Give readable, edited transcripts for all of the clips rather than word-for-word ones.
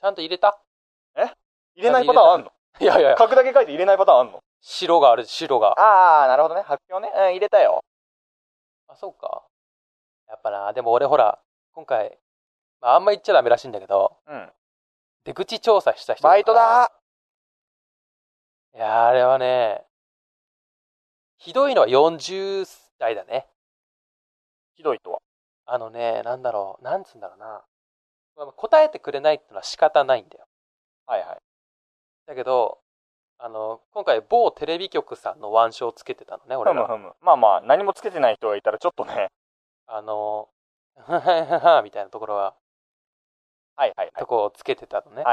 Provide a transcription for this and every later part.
ちゃんと入れた？ 入れないパターンあんの？ いやいや、 書くだけ書いて入れないパターンあんの？ 白がある、白が。 ああ、なるほどね。発表ね。入れたよ。 あ、そうか。やっぱな、でも俺ほら、今回、あんま言っちゃダメらしいんだけど、出口調査した人バイトだ。 いや、あれはね、ひどいのは40代だね。 ひどいとは。 なんだろう、なんつうんだろうな。答えてくれないってのは仕方ないんだよ。 はいはい。 だけど、今回某テレビ局さんの腕章をつけてたのね、俺ら。 まあまあ、何もつけてない人がいたらちょっとね。 ははははみたいなところは、とこをつけてたのね。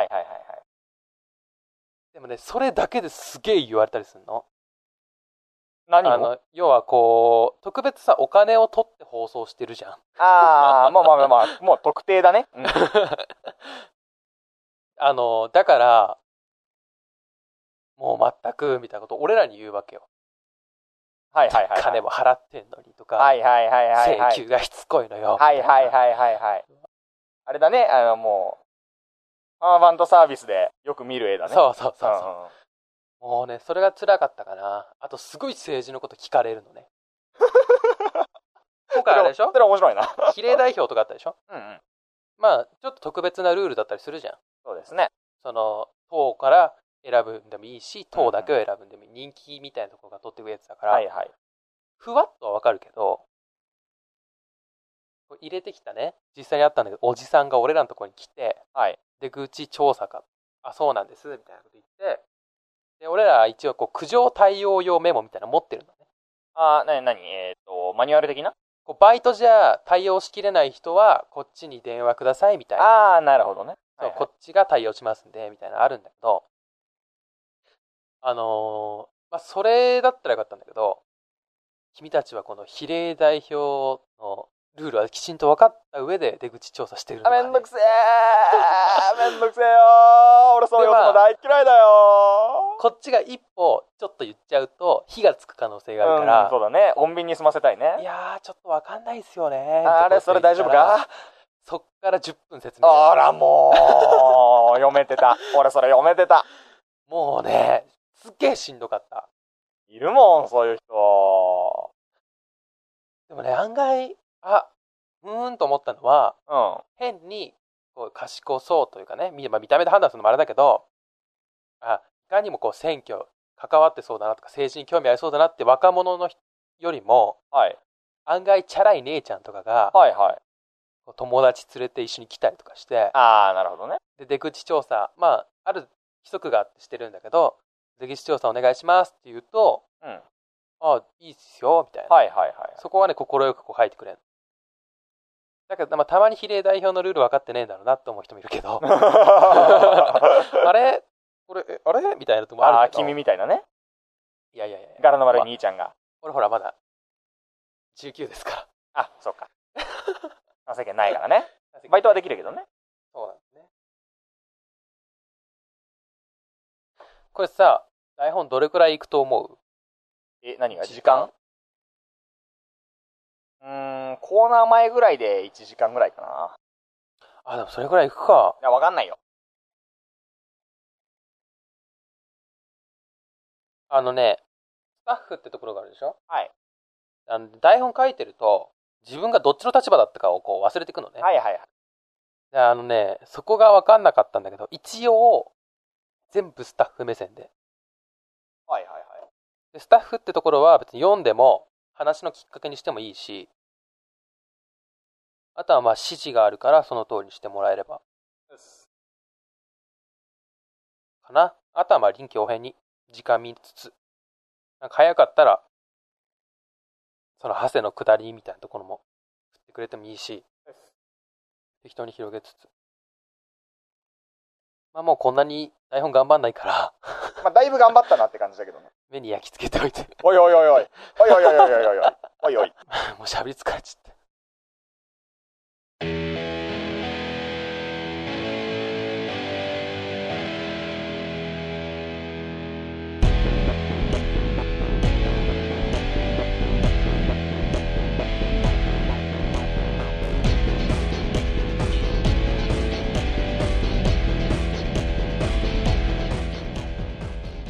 でもね、それだけですげえ言われたりするの。 何を？ 要はこう、特別さ、お金を取って放送してるじゃん。 ああ、まあ、もう特定だね。 だから、もう全く、みたいなことを俺らに言うわけよ。金も払ってんのにとか、請求がしつこいのよ。 あれだね、もう、パワーバンドサービスでよく見る絵だね。 そう。もうね、それが辛かったかな。あと、すごい政治のこと聞かれるのね。今回あれでしょ？ それ面白いな。 比例代表とかあったでしょ？まあ、ちょっと特別なルールだったりするじゃん。 そうですね。 党から選ぶんでもいいし、党だけを選ぶんでもいい。人気みたいなところが取っていくやつだから、ふわっとはわかるけど、入れてきたね、実際にあったんだけど、おじさんが俺らのところに来て、出口調査か、あ、そうなんです、みたいなこと言って、で、俺ら一応苦情対応用メモみたいなの持ってるのね。 マニュアル的な？ バイトじゃ対応しきれない人は、こっちに電話ください、みたいな。 ああ、なるほどね。 こっちが対応しますんで、みたいなのあるんだけど、それだったらよかったんだけど、君たちはこの比例代表のルールはきちんと分かった上で出口調査してるのかね。 めんどくせえよ俺そういうの大嫌いだよこっちが一歩ちょっと言っちゃうと火がつく可能性があるから、 そうだね、穏便に済ませたいね。 いやーちょっと分かんないっすよね。 それ大丈夫か？ そっから10分説明。 あらもう読めてた。俺それ読めてた。 もうね、すっげえしんどかった。 いるもん、そういう人。 でもね、案外、と思ったのは、変にこう賢そうというかね、見た目で判断するのもあれだけど、いかにもこう選挙関わってそうだなとか政治に興味ありそうだなって若者のよりも、案外チャラい姉ちゃんとかが、友達連れて一緒に来たりとかして、 なるほどね。 で出口調査、ある規則があってしてるんだけど、出口調査お願いしますって言うと、いいっすよみたいな、そこはね快くこう書いてくれる。だけど、たまに比例代表のルール分かってねえんだろうなって思う人もいるけどあれこれあれみたいなとこもあるけど、 君みたいなね。 いや柄の悪い兄ちゃんが、 俺ほらまだ19ですから。 そうか世間ないからね。バイトはできるけどね。 そうなんですね。これさ、台本どれくらいいくと思う？ 何が時間？コーナー前ぐらいで1時間ぐらいかな。 でもそれぐらいいくか。 いや、わかんないよ。 スタッフってところがあるでしょ？台本書いてると、自分がどっちの立場だったかをこう忘れていくのね。そこが分かんなかったんだけど、一応、全部スタッフ目線で。でスタッフってところは別に読んでも、話のきっかけにしてもいいし、あとは指示があるからその通りにしてもらえれば。かな。あとは臨機応変に時間見つつ、なんか早かったら、そのハセの下りみたいなところも振ってくれてもいいし、適当に広げつつ。もうこんなに台本頑張んないからだいぶ頑張ったなって感じだけどね。 目に焼き付けておいて。 おいおいおいおい。おいおいおいおいおいおい。おいおい。 もう喋り疲れちゃった。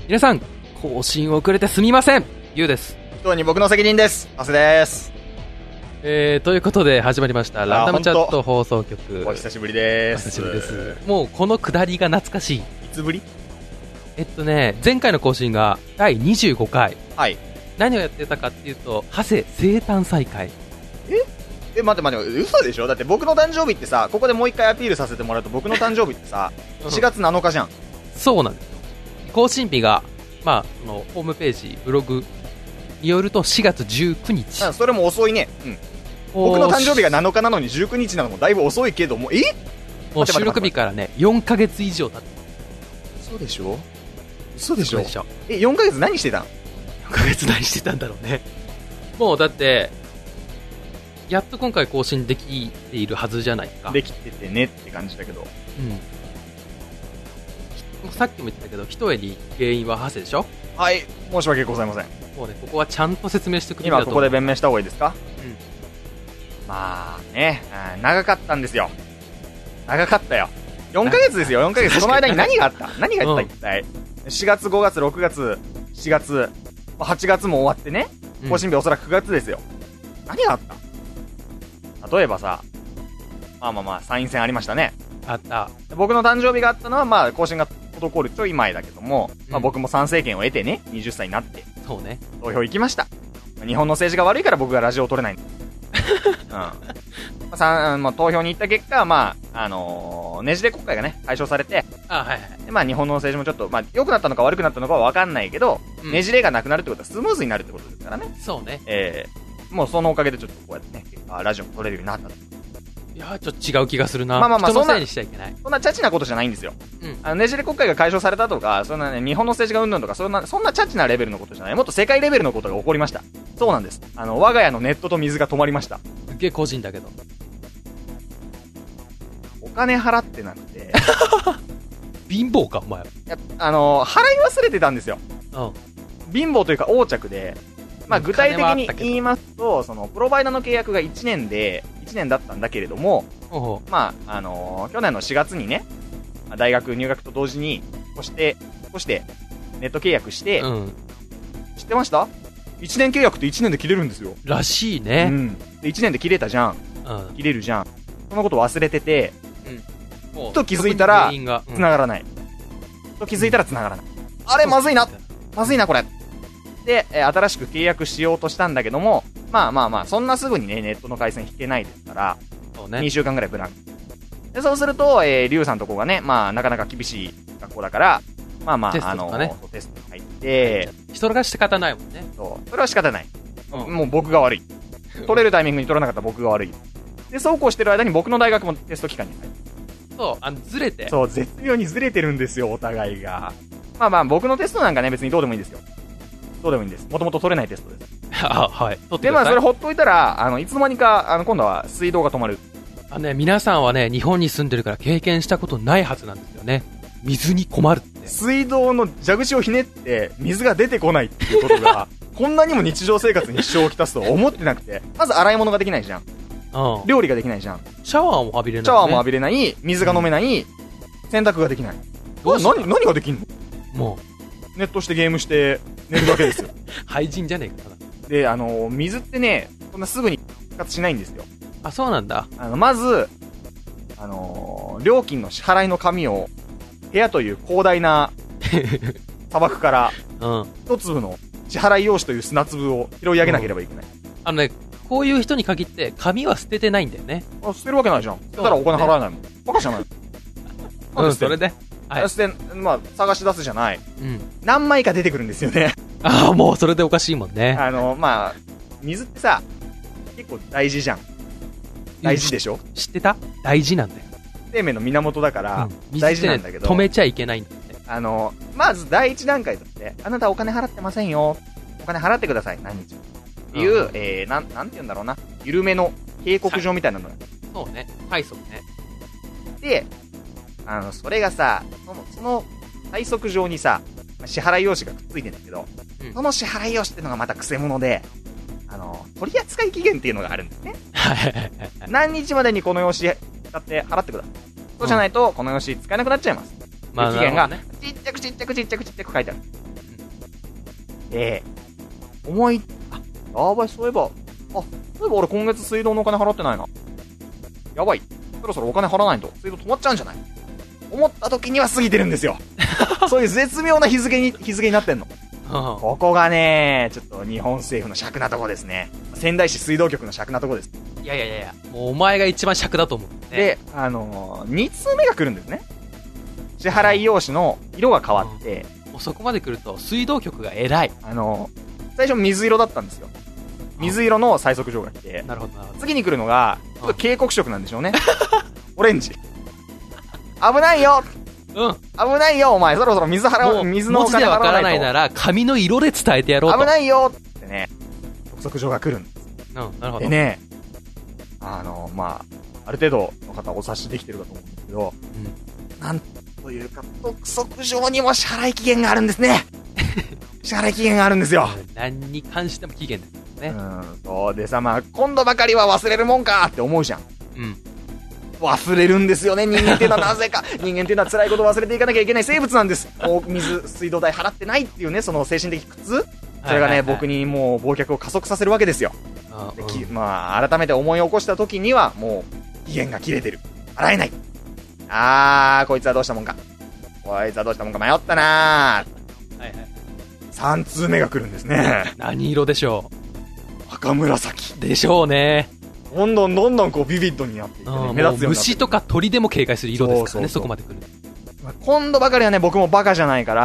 皆さん、更新遅れてすみません。ゆうです。 本当に僕の責任です。長谷です。 ということで始まりましたランダムチャット放送局。 お久しぶりです。 お久しぶりです。もうこのくだりが懐かしい。いつぶり？ 前回の更新が第25回。 はい。 何をやってたかっていうと、長谷生誕再会。 待って、嘘でしょ？だって僕の誕生日ってさ、ここでもう一回アピールさせてもらうと、僕の誕生日ってさ、4月7日じゃん。 そうなんですよ。更新日が、そのホームページ、ブログによると4月19日。 それも遅いね。うん。僕の誕生日が7日なのに19日なのもだいぶ遅いけども、 もう収録日からね、4ヶ月以上経って。 嘘でしょ？4ヶ月何してたん？ 4 ヶ月何してたんだろうね。もうだって、やっと今回更新できているはずじゃないか。 できててねって感じだけど。 さっきも言ってたけど、一重に原因は長谷でしょ？ はい、申し訳ございません。 もうね、ここはちゃんと説明してくれる。 今ここで弁明した方がいいですか？まあね、長かったんですよ。長かったよ。4ヶ月ですよ、4ヶ月。その間に何があった一体。4月、5月、6月、7月、8月も終わってね、更新日おそらく9月ですよ。何があった？例えばさ、参院選ありましたね。 あった。 僕の誕生日があったのは、更新が滞るちょい前だけども、僕も参政権を得てね、20歳になって。 そうね。 投票行きました。日本の政治が悪いから僕がラジオを撮れないんだ。投票に行った結果、ねじれ国会がね、解消されて、で、日本の政治もちょっと、良くなったのか悪くなったのかは分かんないけど、ねじれがなくなるってことはスムーズになるってことですからね。 そうね。 もうそのおかげでちょっとこうやってね、ラジオも撮れるようになった。 いやちょっと違う気がするな。人のせいにしちゃいけない。 そんなチャチなことじゃないんですよ。ねじれ国会が解消されたとか、そんなね、日本の政治がうんぬんとか、そんなチャチなレベルのことじゃない。もっと世界レベルのことが起こりました。そうなんです。我が家のネットと水が止まりました。 すげえ個人だけど。 お金払ってなくて。 貧乏か、お前。 払い忘れてたんですよ。貧乏というか横着で、具体的に言いますと、その、プロバイダーの契約が1年だったんだけれども、去年の4月にね、大学入学と同時に、越して、ネット契約して、知ってました？ 1 年契約って1年で切れるんですよ。 らしいね。 で、1年で切れたじゃん。切れるじゃん。そのこと忘れてて、と気づいたら、繋がらない。あれ、まずいな、これ。で、新しく契約しようとしたんだけども、そんなすぐにね、ネットの回線引けないですから、2週間ぐらいブランク。で、そうすると、リュウさんとこがね、なかなか厳しい学校だから、テストに入って、 人が仕方ないもんね。 そう。それは仕方ない。もう僕が悪い。取れるタイミングに取らなかった僕が悪い。で、そうこうしてる間に僕の大学もテスト期間に入って。 そう、ずれて。 そう、絶妙にずれてるんですよ、お互いが。僕のテストなんかね、別にどうでもいいんですよ。どうでもいいんです。もともと取れないテストです。 はい。 で、それほっといたら、いつの間にか、今度は水道が止まる。 皆さんはね、日本に住んでるから経験したことないはずなんですよね。水に困るって。 水道の蛇口をひねって、水が出てこないっていうことが、こんなにも日常生活に支障をきたすとは思ってなくて、まず洗い物ができないじゃん。料理ができないじゃん。 シャワーも浴びれない。 水が飲めない、洗濯ができない。何ができんの？ もう。ネットしてゲームして寝るだけですよ。 廃人じゃねえかな。 で、水ってね、そんなすぐに復活しないんですよ。 あ、そうなんだ。 まず、料金の支払いの紙を、部屋という広大な砂漠から、一粒の支払い用紙という砂粒を拾い上げなければいけない。 こういう人に限って、紙は捨ててないんだよね。 捨てるわけないじゃん。捨てたらお金払えないもん。バカじゃない。 それで。 探し出すじゃない。何枚か出てくるんですよね。 もうそれでおかしいもんね。 水ってさ、結構大事じゃん。大事でしょ？ 知ってた？大事なんだよ。 生命の源だから、大事なんだけど。 止めちゃいけないんだって。 まず第一段階として、あなたお金払ってませんよ。お金払ってください、何日も。っていう、なんて言うんだろうな。緩めの警告状みたいなのが。 そうね。はい、そうね。 で、それがさ、その催促状にさ、支払い用紙がくっついてるんだけど、その支払い用紙ってのがまたクセモノで、取扱期限っていうのがあるんですね。何日までにこの用紙使って払ってください。そうじゃないと、この用紙使えなくなっちゃいます。期限が、ちっちゃく書いてある。 で、やばい、そういえば俺今月水道のお金払ってないな。やばい。そろそろお金払わないと水道止まっちゃうんじゃない？思った時には過ぎてるんですよ。そういう絶妙な日付になってんの。ここがね、ちょっと日本政府の尺なとこですね。仙台市水道局の尺なとこです。 いや、もうお前が一番尺だと思う、ね。で、 2通目が来るんですね。支払い用紙の色が変わって。 もうそこまで来ると水道局が偉い。 最初水色だったんですよ。水色の催促状が来て。 なるほど。 次に来るのが、ちょっと警告色なんでしょうね。オレンジ。危ないよ。危ないよ、お前。そろそろ水のお金払わないと。 文字でわからないなら、紙の色で伝えてやろうと。 危ないよってね、督促状が来るんです。 なるほど。 でね、ある程度の方お察しできてるかと思うんですけど、なんというか、督促状にも支払い期限があるんですね。支払い期限があるんですよ。 何に関しても期限ですね。 そうでさ、今度ばかりは忘れるもんかって思うじゃん。忘れるんですよね、人間っていうのはなぜか。人間っていうのは辛いことを忘れていかなきゃいけない生物なんです。水道代払ってないっていうね、その精神的苦痛。それがね、僕にもう忘却を加速させるわけですよ。改めて思い起こした時には、もう、期限が切れてる。払えない。こいつはどうしたもんか。迷ったな3通目が来るんですね。 何色でしょう？赤紫。 でしょうね。 どんどんこうビビッドになっていって、ね、目立つようになって虫とか鳥でも警戒する色ですからね、そこまで来る。 今度ばかりはね、僕もバカじゃないから、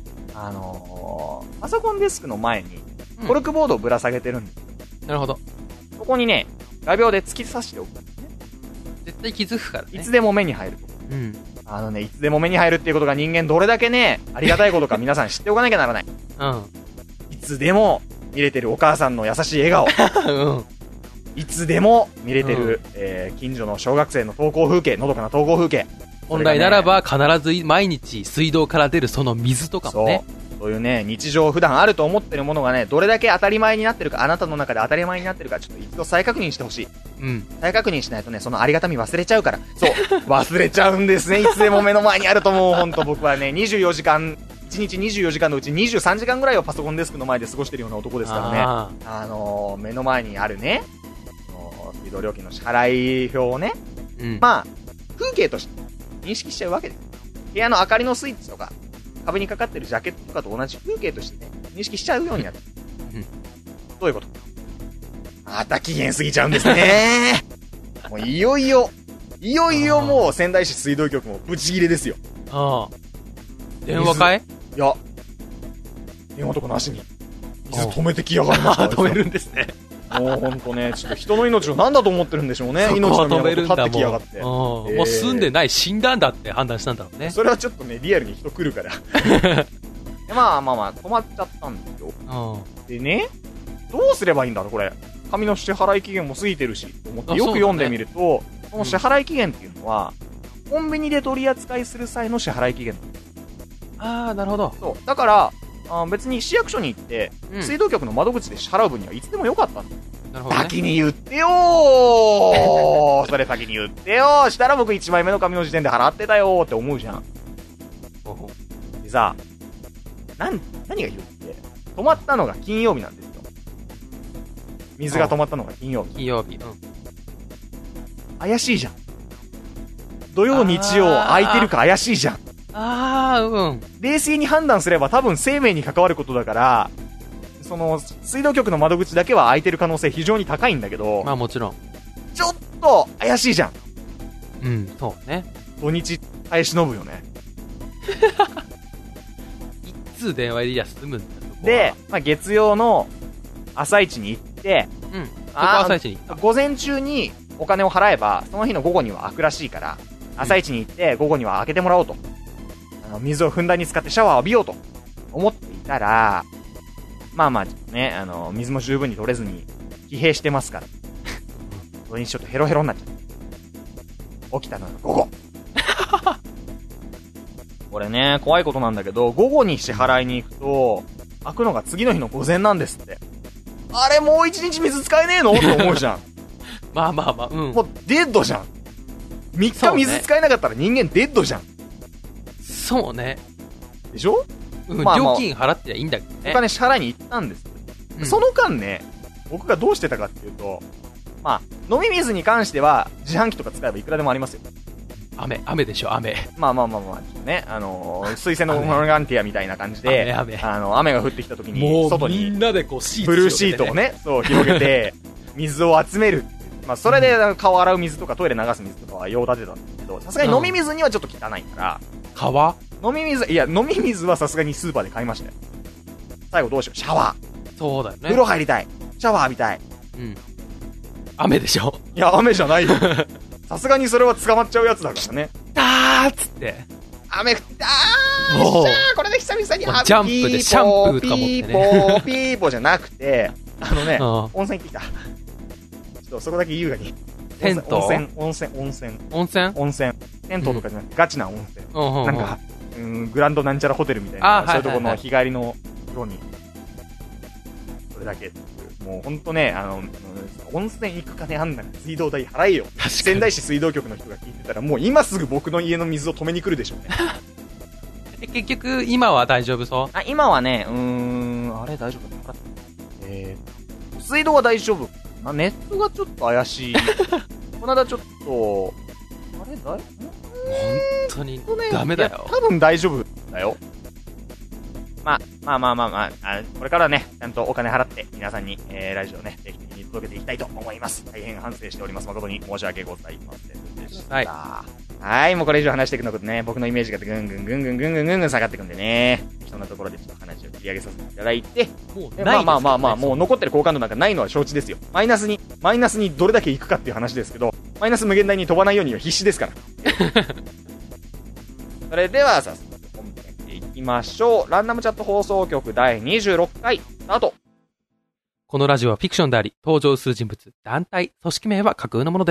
パソコンデスクの前に、コルクボードをぶら下げてるんですよ。 なるほど。 そこにね、画鋲で突き刺しておくんですね。 絶対気づくからね。 いつでも目に入ると。いつでも目に入るっていうことが人間どれだけね、ありがたいことか皆さん知っておかなきゃならない。いつでも見れてるお母さんの優しい笑顔。いつでも見れてる、近所の小学生の登校風景、のどかな登校風景。 本来ならば必ず毎日水道から出るその水とかもね。 そういうね、日常普段あると思ってるものがね、どれだけ当たり前になってるか、あなたの中で当たり前になってるか、ちょっと一度再確認してほしい。再確認しないとね、そのありがたみ忘れちゃうから。そう、忘れちゃうんですね。いつでも目の前にあるともう、ほんと僕はね、24時間、1日24時間のうち23時間ぐらいをパソコンデスクの前で過ごしてるような男ですからね。目の前にあるね、水道料金の支払い表をね、風景として認識しちゃうわけです。部屋の明かりのスイッチとか、壁にかかってるジャケットとかと同じ風景としてね、認識しちゃうようになってる。どういうこと？また期限過ぎちゃうんですね。もういよいよもう仙台市水道局もブチギレですよ。 電話かい？ いや、電話とかなしに。水止めてきやがりました。 止めるんですね。 もうほんとね、ちょっと人の命を何だと思ってるんでしょうね。命の源立ってきやがって。 もう住んでない、死んだんだって判断したんだろうね。 それはちょっとね、リアルに人来るから。まあ、止まっちゃったんですよ。でね、どうすればいいんだろう、これ。紙の支払い期限も過ぎてるし、と思ってよく読んでみると、この支払い期限っていうのは、コンビニで取り扱いする際の支払い期限。 なるほど。 そう。だから、別に市役所に行って、水道局の窓口で支払う分にはいつでもよかったんだ。 なるほどね。 先に言ってよーそれ先に言ってよーしたら僕1枚目の紙の時点で払ってたよーって思うじゃん。でさ、何が言うって、止まったのが金曜日なんですよ。水が止まったのが金曜日。 金曜日。 怪しいじゃん。土曜日曜空いてるか怪しいじゃん。冷静に判断すれば多分生命に関わることだから、その、水道局の窓口だけは空いてる可能性非常に高いんだけど、 もちろん。 ちょっと怪しいじゃん。 そうね。 土日耐え忍ぶよね。 一通電話入りや済むんだよ。 で、月曜の朝一に行って、 朝一に行った。 午前中にお金を払えば、その日の午後には開くらしいから、朝一に行って午後には開けてもらおうと。水をふんだんに使ってシャワーを浴びようと思っていたら、ね、水も十分に取れずに疲弊してますから。それにちょっとヘロヘロになっちゃって。起きたのが午後。これね、怖いことなんだけど、午後に支払いに行くと、開くのが次の日の午前なんですって。あれもう一日水使えねえのって思うじゃん。もうデッドじゃん。3日水使えなかったら人間デッドじゃん。 そうね。 でしょ？ 料金払ってりゃいいんだけどね。 お金支払いに行ったんですよ。その間ね、僕がどうしてたかっていうと、まあ、飲み水に関しては、自販機とか使えばいくらでもありますよ。 雨でしょ、雨。 まあ、ちょっとね、水星のボランティアみたいな感じで、雨が降ってきた時に、外に、 みんなでこうシート、 ブルーシートをね、そう、広げて、水を集める。まあ、それで顔洗う水とかトイレ流す水とかは用立てたんですけど、さすがに飲み水にはちょっと汚いから、飲み水はさすがにスーパーで買いましたよ。最後どうしよう、シャワー。 そうだよね。 風呂入りたい。シャワー浴びたい。 雨でしょ。 いや、雨じゃないよ。さすがにそれは捕まっちゃうやつだからね。 ーっつって。 雨降ったーこれで久々にジャンプでシャンプーとか持ってね。 ピーポーじゃなくて、温泉行ってきた。ちょっとそこだけ優雅に。 テント温泉。テントとかじゃなくてガチな温泉。なんか、グランドなんちゃらホテルみたいな、そういうところの日帰りの風呂に。それだけ。もうほんとね、温泉行く金あんなら水道代払えよ。仙台市水道局の人が聞いてたら、もう今すぐ僕の家の水を止めに来るでしょうね。 結局、今は大丈夫そう？ 今はね、あれ大丈夫かな？水道は大丈夫。ネットがちょっと怪しい。この間ちょっと、本当にダメだよ。 多分大丈夫だよ。まあ、これからね、ちゃんとお金払って皆さんに、ラジオね、定期的に届けていきたいと思います。大変反省しております。誠に申し訳ございませんでした。はい、もうこれ以上話していくのとね、僕のイメージがぐんぐん下がっていくんでね、そんなところでちょっと話を切り上げさせていただいて、もう残ってる好感度なんかないのは承知ですよ。マイナスにどれだけいくかっていう話ですけど、マイナス無限大に飛ばないようには必死ですから。それでは早速本編でいきましょう。ランダムチャット放送局第26回スタート。 このラジオはフィクションであり、登場する人物、団体、組織名は架空のものです。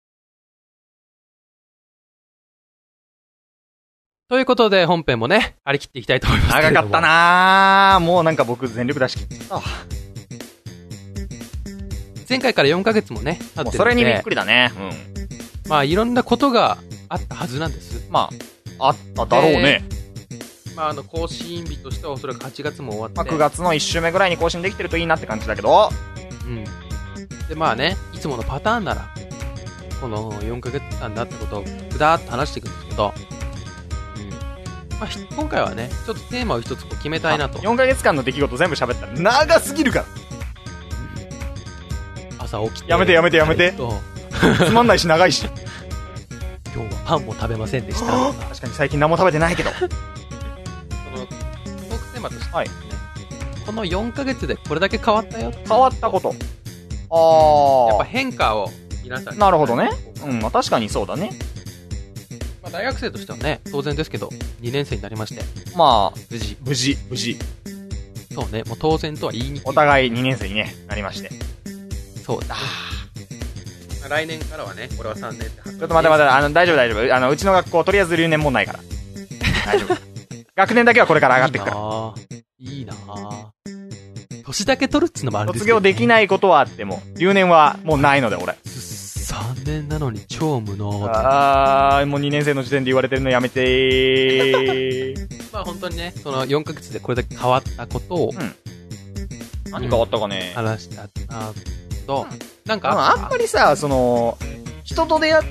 ということで、本編もね、張り切っていきたいと思いますけれども。 長かったなぁ。もうなんか僕全力出し切った。 前回から4ヶ月もね、経ってるので。 それにびっくりだね。 まあ、いろんなことがあったはずなんです。 まあ、あっただろうね。 更新日としてはおそらく8月も終わって。 9月の1週目ぐらいに更新できてるといいなって感じだけど。 で、まあね、いつものパターンなら、この4ヶ月間だってことをぐだーっと話していくんですけど、今回はね、ちょっとテーマを一つ決めたいなと。 4ヶ月間の出来事全部喋ったら長すぎるから。 朝起きて。 やめて。つまんないし長いし。 今日はパンも食べませんでした。 確かに最近何も食べてないけど。 そのトークテーマとしてはですね、この4ヶ月でこれだけ変わったよ。 変わったこと。 やっぱ変化を皆さんに。 なるほどね。確かにそうだね。 大学生としてはね、当然ですけど、2年生になりまして。無事。そうね、もう当然とは言いにくい。 お互い2年生にね、なりまして。 そうだ。来年からはね、俺は3年って。 ちょっと待って、大丈夫。うちの学校、とりあえず留年もないから。大丈夫。学年だけはこれから上がっていくから。 いいなぁ。年だけ取るっつうのもあるんですけど、 卒業できないことはあっても、留年はもうないので、俺。 3年なのに超無能。 もう2年生の時点で言われてるのやめてー。 本当にね、その4ヶ月でこれだけ変わったことを、 何変わったかね。 話したと、なんかあんまりさ、人と会って、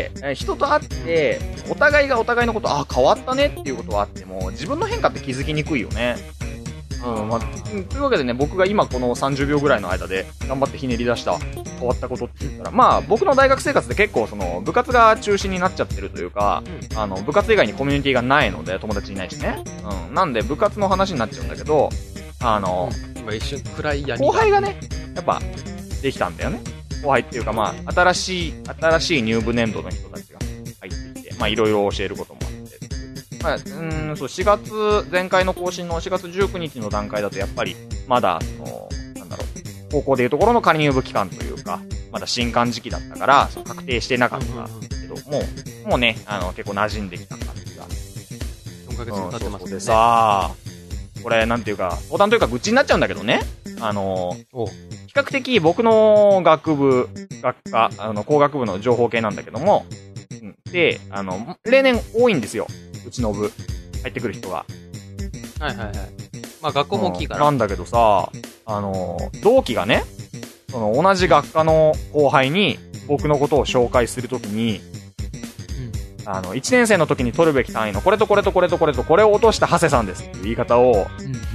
お互いがお互いのこと、変わったねっていうことはあっても、自分の変化って気づきにくいよね。というわけでね、僕が今この30秒ぐらいの間で頑張ってひねり出した変わったことって言ったら、僕の大学生活で結構部活が中心になっちゃってるというか、部活以外にコミュニティがないので、友達いないしね。なんで部活の話になっちゃうんだけど、 今一瞬暗い闇後輩がね、やっぱできたんだよね。後輩っていうか新しい入部年度の人たちが入ってきて、いろいろ教えることもあって。4月、前回の更新の4月19日の段階だとやっぱり、まだ、高校でいうところの仮入部期間というか、まだ新歓時期だったから、確定してなかったけど、もうね、結構馴染んできた感じが。 4ヶ月も経ってますね。 でさ、これ、なんていうか、相談というか愚痴になっちゃうんだけどね、比較的僕の学科、工学部の情報系なんだけども、で、例年多いんですよ。うちの部、入ってくる人が。 はいはいはい。まあ学校も大きいから。 なんだけどさ、同期がね、その同じ学科の後輩に僕のことを紹介するときに、1年生の時に取るべき単位のこれとこれとこれとこれとこれを落とした長谷さんですっていう言い方を、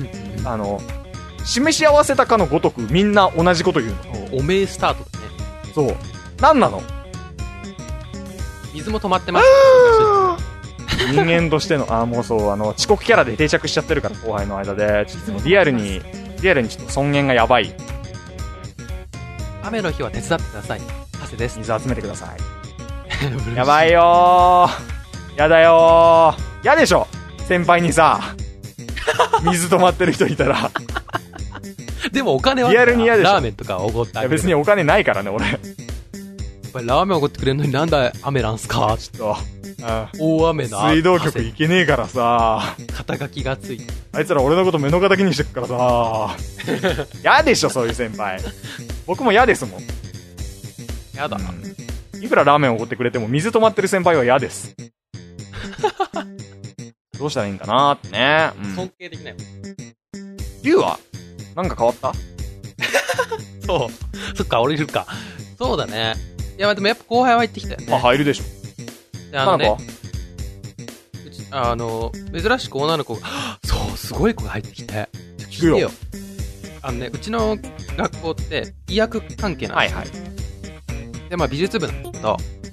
示し合わせたかのごとくみんな同じこと言うの。おめえスタートだね。 そう。なんなの？ 水も止まってます。 人間としての、もうそう、遅刻キャラで定着しちゃってるから、後輩の間で、ちょっとリアルにちょっと尊厳がやばい。 雨の日は手伝ってください。長谷です。 水集めてください。やばいよー。やだよー。やでしょ先輩にさ、水止まってる人いたら。 でもお金はリアルに嫌でしょ。 ラーメンとかおごってあげる。 いや別にお金ないからね、俺。やっぱりラーメンおごってくれるのになんだ雨なんすかちょっと。 大雨な。 水道局行けねえからさ。 肩書きがついて。 あいつら俺のこと目の敵にしてくからさ。やでしょ、そういう先輩。僕も嫌ですもん。 やだ。 いくらラーメンおごってくれても水止まってる先輩は嫌です。どうしたらいいんかなーってね。 尊敬できないもん。 リュウはなんか変わったそう。そっか、俺いるか。そうだね。いや、でもやっぱ後輩は入ってきたよね。 まあ入るでしょ。 珍しく女の子が、そう、すごい子が入ってきて。 聞くよ。 うちの学校って医薬関係なんですよ。はいはい。で、まあ美術部なんだけど、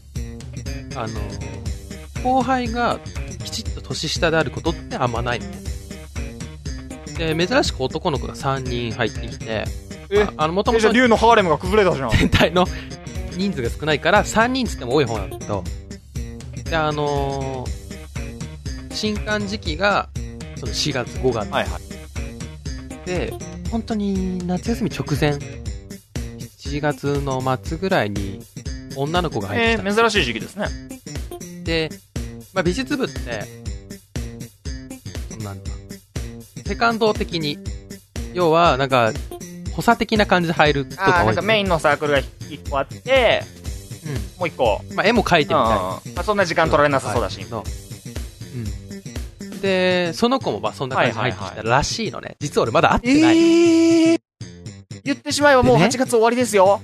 後輩がきちっと年下であることってあんまないの。で、珍しく男の子が3人入ってきて、もともと。 じゃあ竜のハーレムが崩れたじゃん。 全体の人数が少ないから3人つっても多い方なんだけど、で、新刊時期が、その4月、5月。はいはい。で、本当に夏休み直前、7月の末ぐらいに女の子が入ってきた。 珍しい時期ですね。 で、まあ、美術部って、なんだ、セカンド的に、要は、なんか、補佐的な感じで入るとか多い、ね。 なんかメインのサークルが1個あって、もう1個。 まあ、絵も描いてみたい。 まあ、そんな時間取られなさそうだし。 で、その子もまあそんな感じで入ってきたらしいのね。実は俺まだ会ってない。 言ってしまえばもう8月終わりですよ。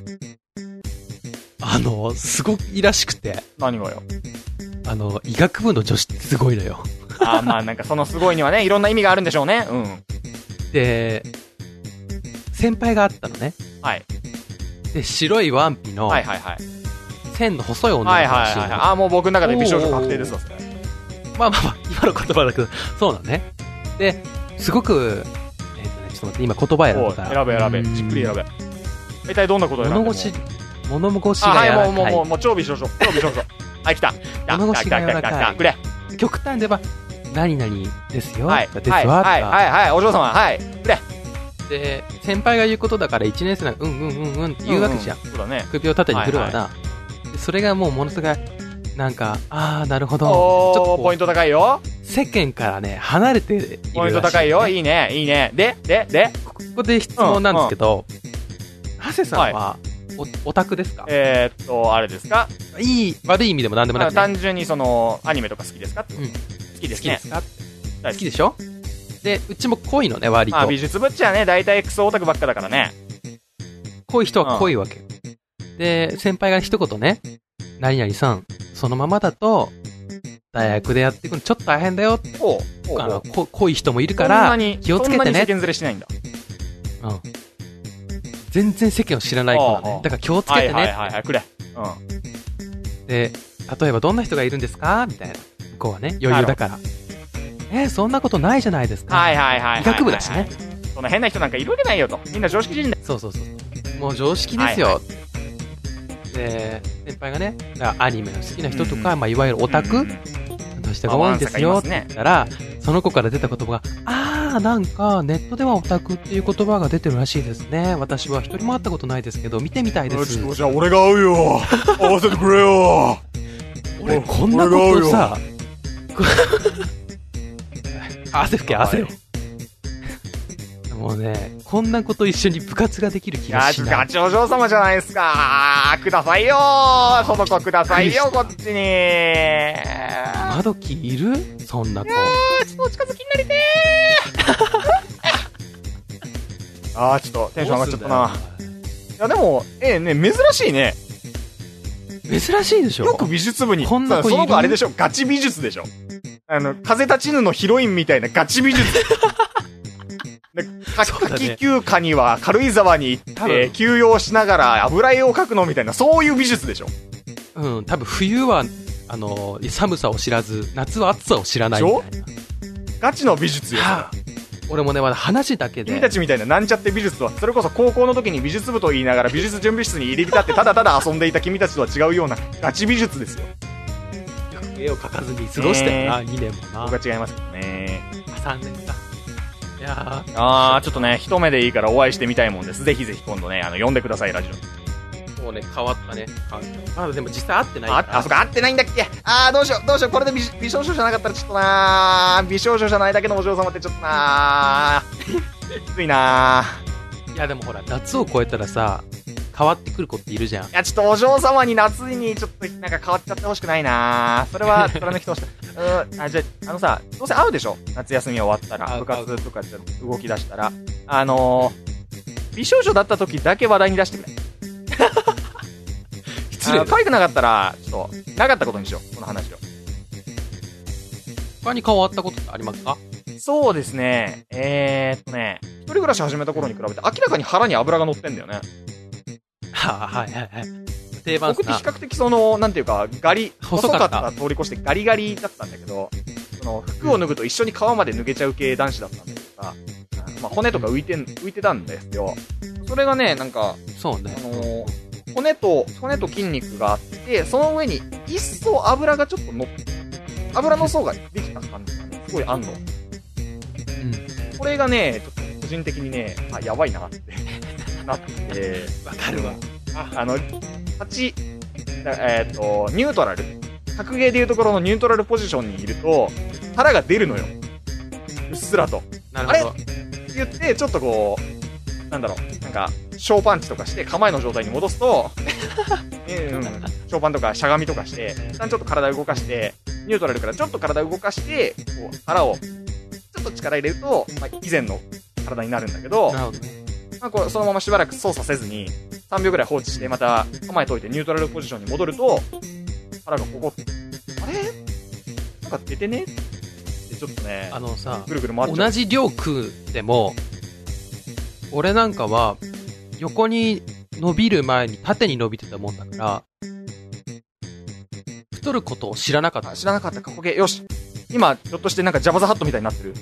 すごくいいらしくて。 何がよ。 医学部の女子ってすごいのよ。 まあなんかそのすごいにはね、いろんな意味があるんでしょうね。 で、先輩があったのね。はい。で、白いワンピの、線の細い女の子らしいの。 もう僕の中で美少女確定ですわ。 まあ、今の言葉だけど、そうなのね。で、すごく、ちょっと待って、今言葉選ぶから。 選べ。じっくり選べ。一体どんなことを選んでるの？ 物腰が柔らかい。 もう超美少女。はい、来た。 物腰が柔らかい。 くれ。 極端では、何々ですよ。ですわ。 はい、お嬢様、はい、くれ。 で、先輩が言うことだから1年生なんか、うんって言うわけじゃん。 そうだね。 首を縦に振るわな。それがもうものすごい、なんか、なるほど。ちょっとポイント高いよ。 世間からね、離れているらしい、ね。 ポイント高いよ。いいね。でここで質問なんですけど、長谷さんは、オタクですか？ あれですか？ 悪い意味でも何でもなくて。 単純にアニメとか好きですか？好きですね。 好きでしょ？で、うちも濃いのね、割と。 美術部っちゃね、大体クソオタクばっかだからね。 濃い人は濃いわけ。で、先輩が一言ね、何々さん、そのままだと、大学でやっていくのちょっと大変だよ。濃い人もいるから、気をつけてね。 そんなに世間ずれしてないんだ。 全然世間を知らない子だね。だから気をつけてね。 くれ。 で、例えばどんな人がいるんですかみたいな。向こうはね、余裕だから。そんなことないじゃないですか。医学部だしね。 そんな変な人なんかいるわけないよと。みんな常識人だよ。 そう。もう常識ですよ。で、先輩がね、アニメの好きな人とか、いわゆるオタクの人が多いんですよって言ったら、その子から出た言葉が、なんかネットではオタクっていう言葉が出てるらしいですね。私は一人も会ったことないですけど、見てみたいです。 じゃあ俺が会うよ。会わせてくれよ。 俺こんなことさ、汗吹け汗を。もうね、こんなこと一緒に部活ができる気がしない。 ガチお嬢様じゃないですか。くださいよ。その子くださいよ、こっちに。 今時いるそんな子。 ちょっと近づきになりてーちょっとテンション上がっちゃったな。いやでも、ね、珍しいね。 珍しいでしょ。 よく美術部に。 こんな子いる。 その子あれでしょ、ガチ美術でしょ。風立ちぬのヒロインみたいなガチ美術。夏季休暇には軽井沢に行って休養しながら油絵を描くのみたいな、そういう美術でしょ。 うん、多分冬は寒さを知らず、夏は暑さを知らないみたいな。ガチの美術よ。 俺もね、まだ話だけで。 君たちみたいななんちゃって美術とは、それこそ高校の時に美術部と言いながら美術準備室に入り浸ってただただ遊んでいた君たちとは違うようなガチ美術ですよ。 絵を描かずに過ごしてるな、2年もな。 僕は違いますけどね。 3年か。いやちょっとね、一目でいいからお会いしてみたいもんです。ぜひぜひ今度ね、呼んでください、ラジオ。 もうね、変わったね。まだでも実際会ってないから。 そっか、会ってないんだっけ。どうしよう。これで美少女じゃなかったらちょっとなー。美少女じゃないだけのお嬢様ってちょっとなー。きついなー。いやでもほら、夏を超えたらさ、変わってくる子っているじゃん。 いや、ちょっとお嬢様に夏にちょっとなんか変わっちゃってほしくないなー。それは貫き通して。じゃあ、さ、どうせ会うでしょ、夏休み終わったら。部活とか動き出したら。美少女だった時だけ話題に出してくれ。失礼。可愛くなかったら、ちょっと、なかったことにしよう、この話を。 他に変わったことってありますか？ そうですね。一人暮らし始めた頃に比べて明らかに腹に油が乗ってんだよね。 はい。定番僕って比較的なんていうか、細かった通り越してガリガリだったんだけど、服を脱ぐと一緒に皮まで脱げちゃう系男子だったんだけどさ、骨とか浮いてたんですよ。それがね、なんか、 そうね。 骨と筋肉があって、その上に一層油がちょっと油の層ができた感じがね、すごいあんの。これがね、ちょっと個人的にね、やばいなってなってて。 わかるわ。 ニュートラル。格ゲーでいうところのニュートラルポジションにいると、腹が出るのよ。うっすらと。 なるほど。 って言って、ちょっとこう、なんか、小パンチとかして構えの状態に戻すと、小パンとかしゃがみとかして、一旦ちょっと体を動かして、ニュートラルからちょっと体を動かして、こう、腹を、ちょっと力入れると、以前の体になるんだけど、 なるほどね。 こうそのまましばらく操作せずに、3秒くらい放置して、また構えといてニュートラルポジションに戻ると、腹がポコッと、あれなんか出てねってちょっとね、ぐるぐる回っちゃう。 同じ量食うでも、俺なんかは、横に伸びる前に縦に伸びてたもんだから、太ることを知らなかった。 知らなかった、過去形。よし。今、ひょっとしてなんかジャバザハットみたいになってる。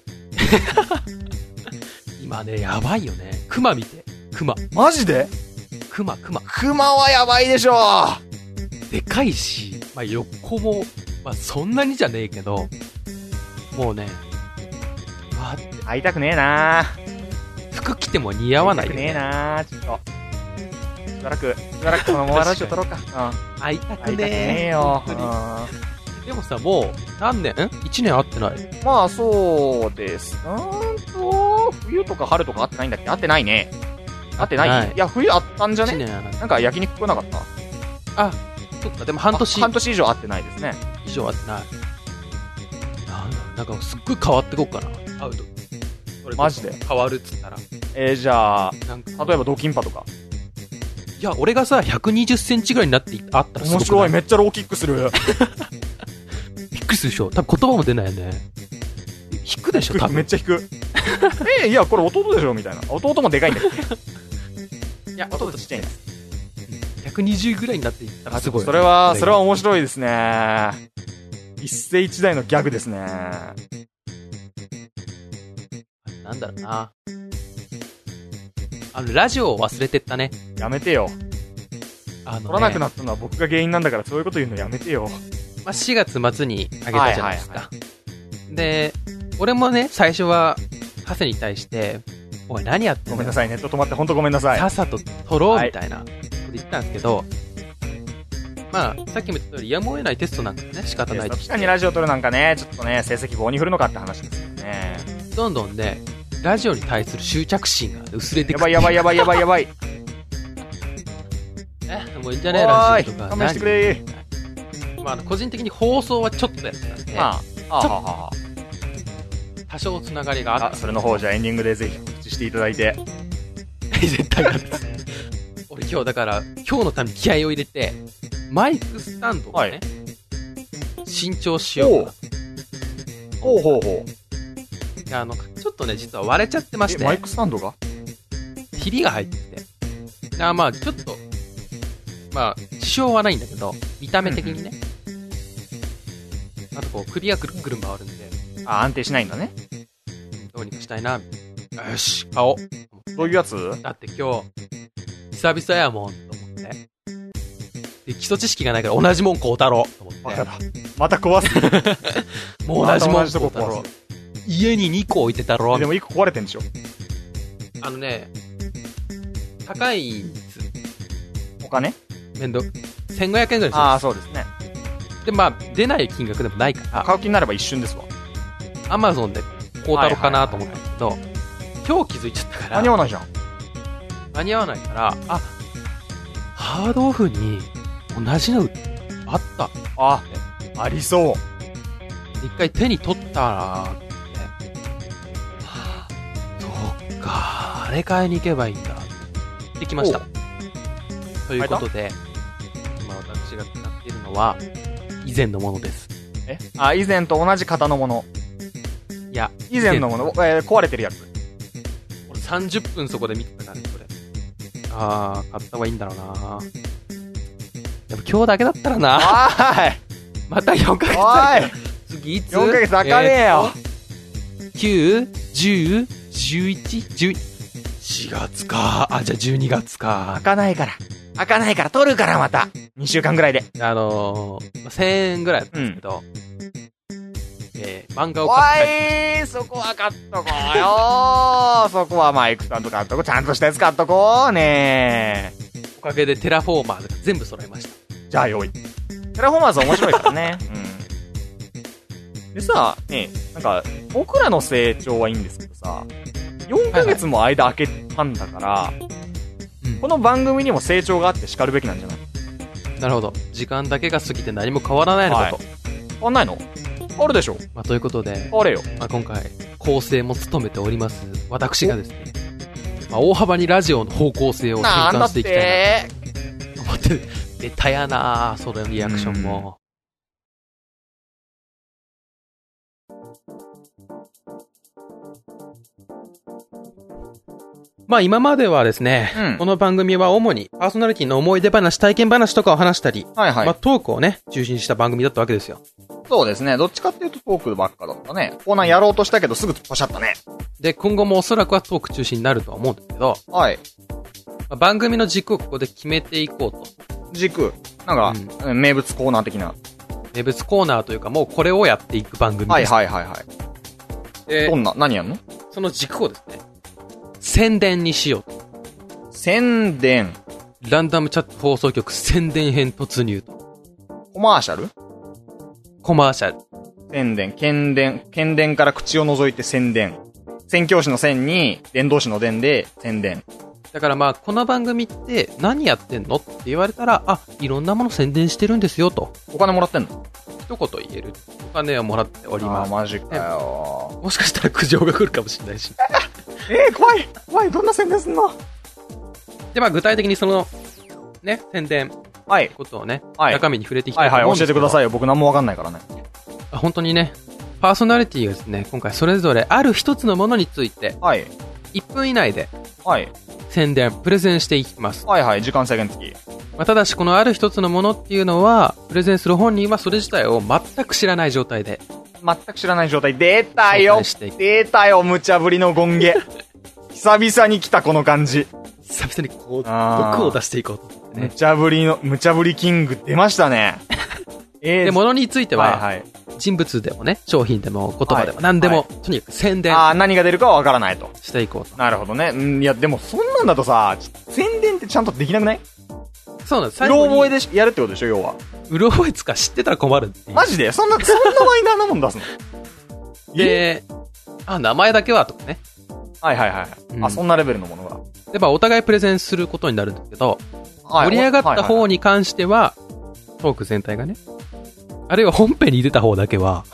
今ね、やばいよね。クマ見て。クマ。 マジで？ クマ。 クマはやばいでしょ。 でかいし、横も、そんなにじゃねえけど、もうね、 会いたくねえな服着ても似合わないよね。 会いたくねえなちょっと。しばらくこのままラジオ撮ろうか。 会いたくねえよ。 でもさ、もう、何年 ?1 年会ってない。 まあ、そうです。冬とか春とか会ってないんだっけ？会ってないね。会ってない？いや、冬会ったんじゃね？なんか焼肉来なかった？ そっか、でも半年以上会ってないですね。 以上会ってない。なんかすっごい変わってこっかな、会うと。 マジで変わるっつったら。 じゃあ、例えばドキンパとか。 いや、俺がさ、120センチぐらいになってあったらすごくない？ 面白い、めっちゃローキックする。 びっくりするでしょ。多分言葉も出ないよね。引くでしょ、多分。 めっちゃ引く。いや、これ弟でしょみたいな。弟もでかいんだっけ？いや、弟ちっちゃいんです。 120ぐらいになっていったらすごい。 それは面白いですね。一世一代のギャグですね。 なんだろうな。ラジオを忘れてったね。 やめてよ。撮らなくなったのは僕が原因なんだから、そういうこと言うのやめてよ。 4月末にあげたじゃないですか。で、俺もね、最初は、ハセに対して、おい、何やってんの？ ごめんなさい、ネット止まってほんとごめんなさい。 さっさと撮ろうみたいなこと言ったんですけど、さっきも言った通り、やむを得ないテストなんですね、仕方ないとして。 確かにラジオ撮るなんかね、ちょっとね、成績棒に振るのかって話ですよね。 どんどんね、ラジオに対する執着心が薄れてくる。 やばい。 もういいんじゃねえラジオとか。 勘弁してくれ。 まあ、個人的に放送はちょっとやったんで、多少つながりがあった。 それの方じゃあエンディングでぜひ告知していただいて。 絶対なんです。俺今日だから、今日のために気合を入れて、マイクスタンドをね、新調しようかな。 ほう。 ちょっとね、実は割れちゃってまして。 マイクスタンドがひびが入ってて。まあ、ちょっと、まあ、支障はないんだけど、見た目的にね。あとこう、首がぐるぐる回るんで。 安定しないんだね。 どうにかしたいな。よし、買おう。 どういうやつ？ だって今日、久々やもん、と思って。で、基礎知識がないから同じもん買うたろう、と思って。 バカだ。また壊す。 もう同じもん買うたろう。家に2個置いてたろ。 でも1個壊れてんでしょ？ 高いんです。 お金 1500円ぐらいです。 そうですね。 で、まあ、出ない金額でもないから。 買う気になれば一瞬ですわ。 アマゾンで買うたろかなと思ったんだけど、今日気づいちゃったから。 間に合わないじゃん。 間に合わないから、ハードオフに同じのあった。 ありそう。 一回手に取ったら、そっか、あれ買いに行けばいいんだ。ってきました。ということで、今私が使っているのは、以前のものです。 以前と同じ型のもの。 いや、 以前のもの、壊れてるやつ。 俺30分そこで見てたからね、それ。買った方がいいんだろうな。でも今日だけだったらな。また4ヶ月だ。次いつ ?4 ヶ月開かねえよ。 9、10、11、12。4月か。じゃあ12月か。 開かないから、取るからまた。2週間ぐらいで。 1000円ぐらいだったんですけど、漫画を買って。そこは買っとこうよそこはマイクスタンド買っとこう。ちゃんとしたやつ買っとこうね。 おかげでテラフォーマーズが全部揃いました。 じゃあよい。テラフォーマーズは面白いからね。でさ、なんか、僕らの成長はいいんですけどさ、4ヶ月も間空けたんだから、この番組にも成長があって叱るべきなんじゃない？ なるほど。時間だけが過ぎて何も変わらないのかと。 変わんないの？あるでしょ。 ということで、 あれよ。 今回、構成も務めております、私がですね、大幅にラジオの方向性を転換していきたいなと思って、ベタやなそのリアクションも。今まではですね、この番組は主にパーソナリティの思い出話、体験話とかを話したり、トークをね、中心にした番組だったわけですよ。 そうですね。どっちかっていうとトークばっかだったね。コーナーやろうとしたけどすぐポシャったね。 で、今後もおそらくはトーク中心になるとは思うんだけど、番組の軸をここで決めていこうと。 軸なんか、名物コーナー的な。 名物コーナーというかもうこれをやっていく番組です。 何やんの？ その軸をですね、宣伝にしようと。 宣伝。 ランダムチャット放送局宣伝編突入と。 コマーシャル。宣伝。検伝から口を除いて宣伝。宣教師の宣に、伝道師の伝で宣伝。 だからこの番組って何やってんのって言われたら、いろんなもの宣伝してるんですよと。 お金もらってんの？ 一言言える。お金はもらっております。 マジかよ。 もしかしたら苦情が来るかもしれないし。 怖い、どんな宣伝すんの？ で、具体的にその、ね、宣伝。ことをね、中身に触れていきたいと思うんですけど。 教えてくださいよ。僕何もわかんないからね。 本当にね、パーソナリティがですね、今回それぞれある一つのものについて、1分以内で、宣伝、プレゼンしていきます。 時間制限付き。 ただし、このある一つのものっていうのは、プレゼンする本人はそれ自体を全く知らない状態で。 出たよ、無茶ぶりのゴンゲ。久々に来たこの感じ。 久々に毒を出していこうと思ってね。 無茶ぶりキング出ましたね。 で、ものについては、人物でもね、商品でも言葉でも何でも、とにかく宣伝。 何が出るかはわからないと。 していこうと。 なるほどね。いや、でもそんなんだとさ、宣伝ってちゃんとできなくない？ そうなんです。 うろ覚えでやるってことでしょ、要は。 うろ覚えつか知ってたら困る。 マジでそんなマイナーなもん出すの？ で、名前だけはとかね。 そんなレベルのものが。 で、お互いプレゼンすることになるんだけど、盛り上がった方に関しては、トーク全体がね、 あるいは本編に出た方だけは、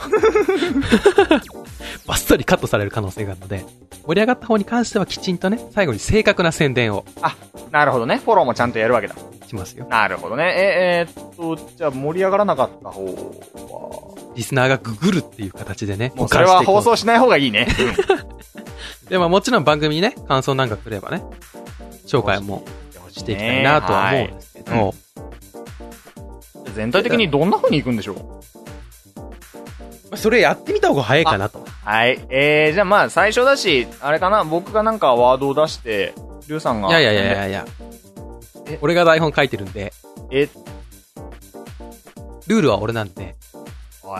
バッサリカットされる可能性があるので、盛り上がった方に関してはきちんとね、最後に正確な宣伝を。 あ、なるほどね。フォローもちゃんとやるわけだ。 しますよ。 なるほどね。じゃあ盛り上がらなかった方は、 リスナーがググるっていう形でね。 もうそれは放送しない方がいいね。 でももちろん番組にね、感想なんか来ればね、紹介もしていきたいなとは思うんですけど、 全体的にどんな風に行くんでしょう？それやってみた方が早いかなと。 はい。じゃあまあ最初だし、あれかな、僕がなんかワードを出して、リュウさんが。 いや。俺が台本書いてるんで。ルールは俺なんで。 おい。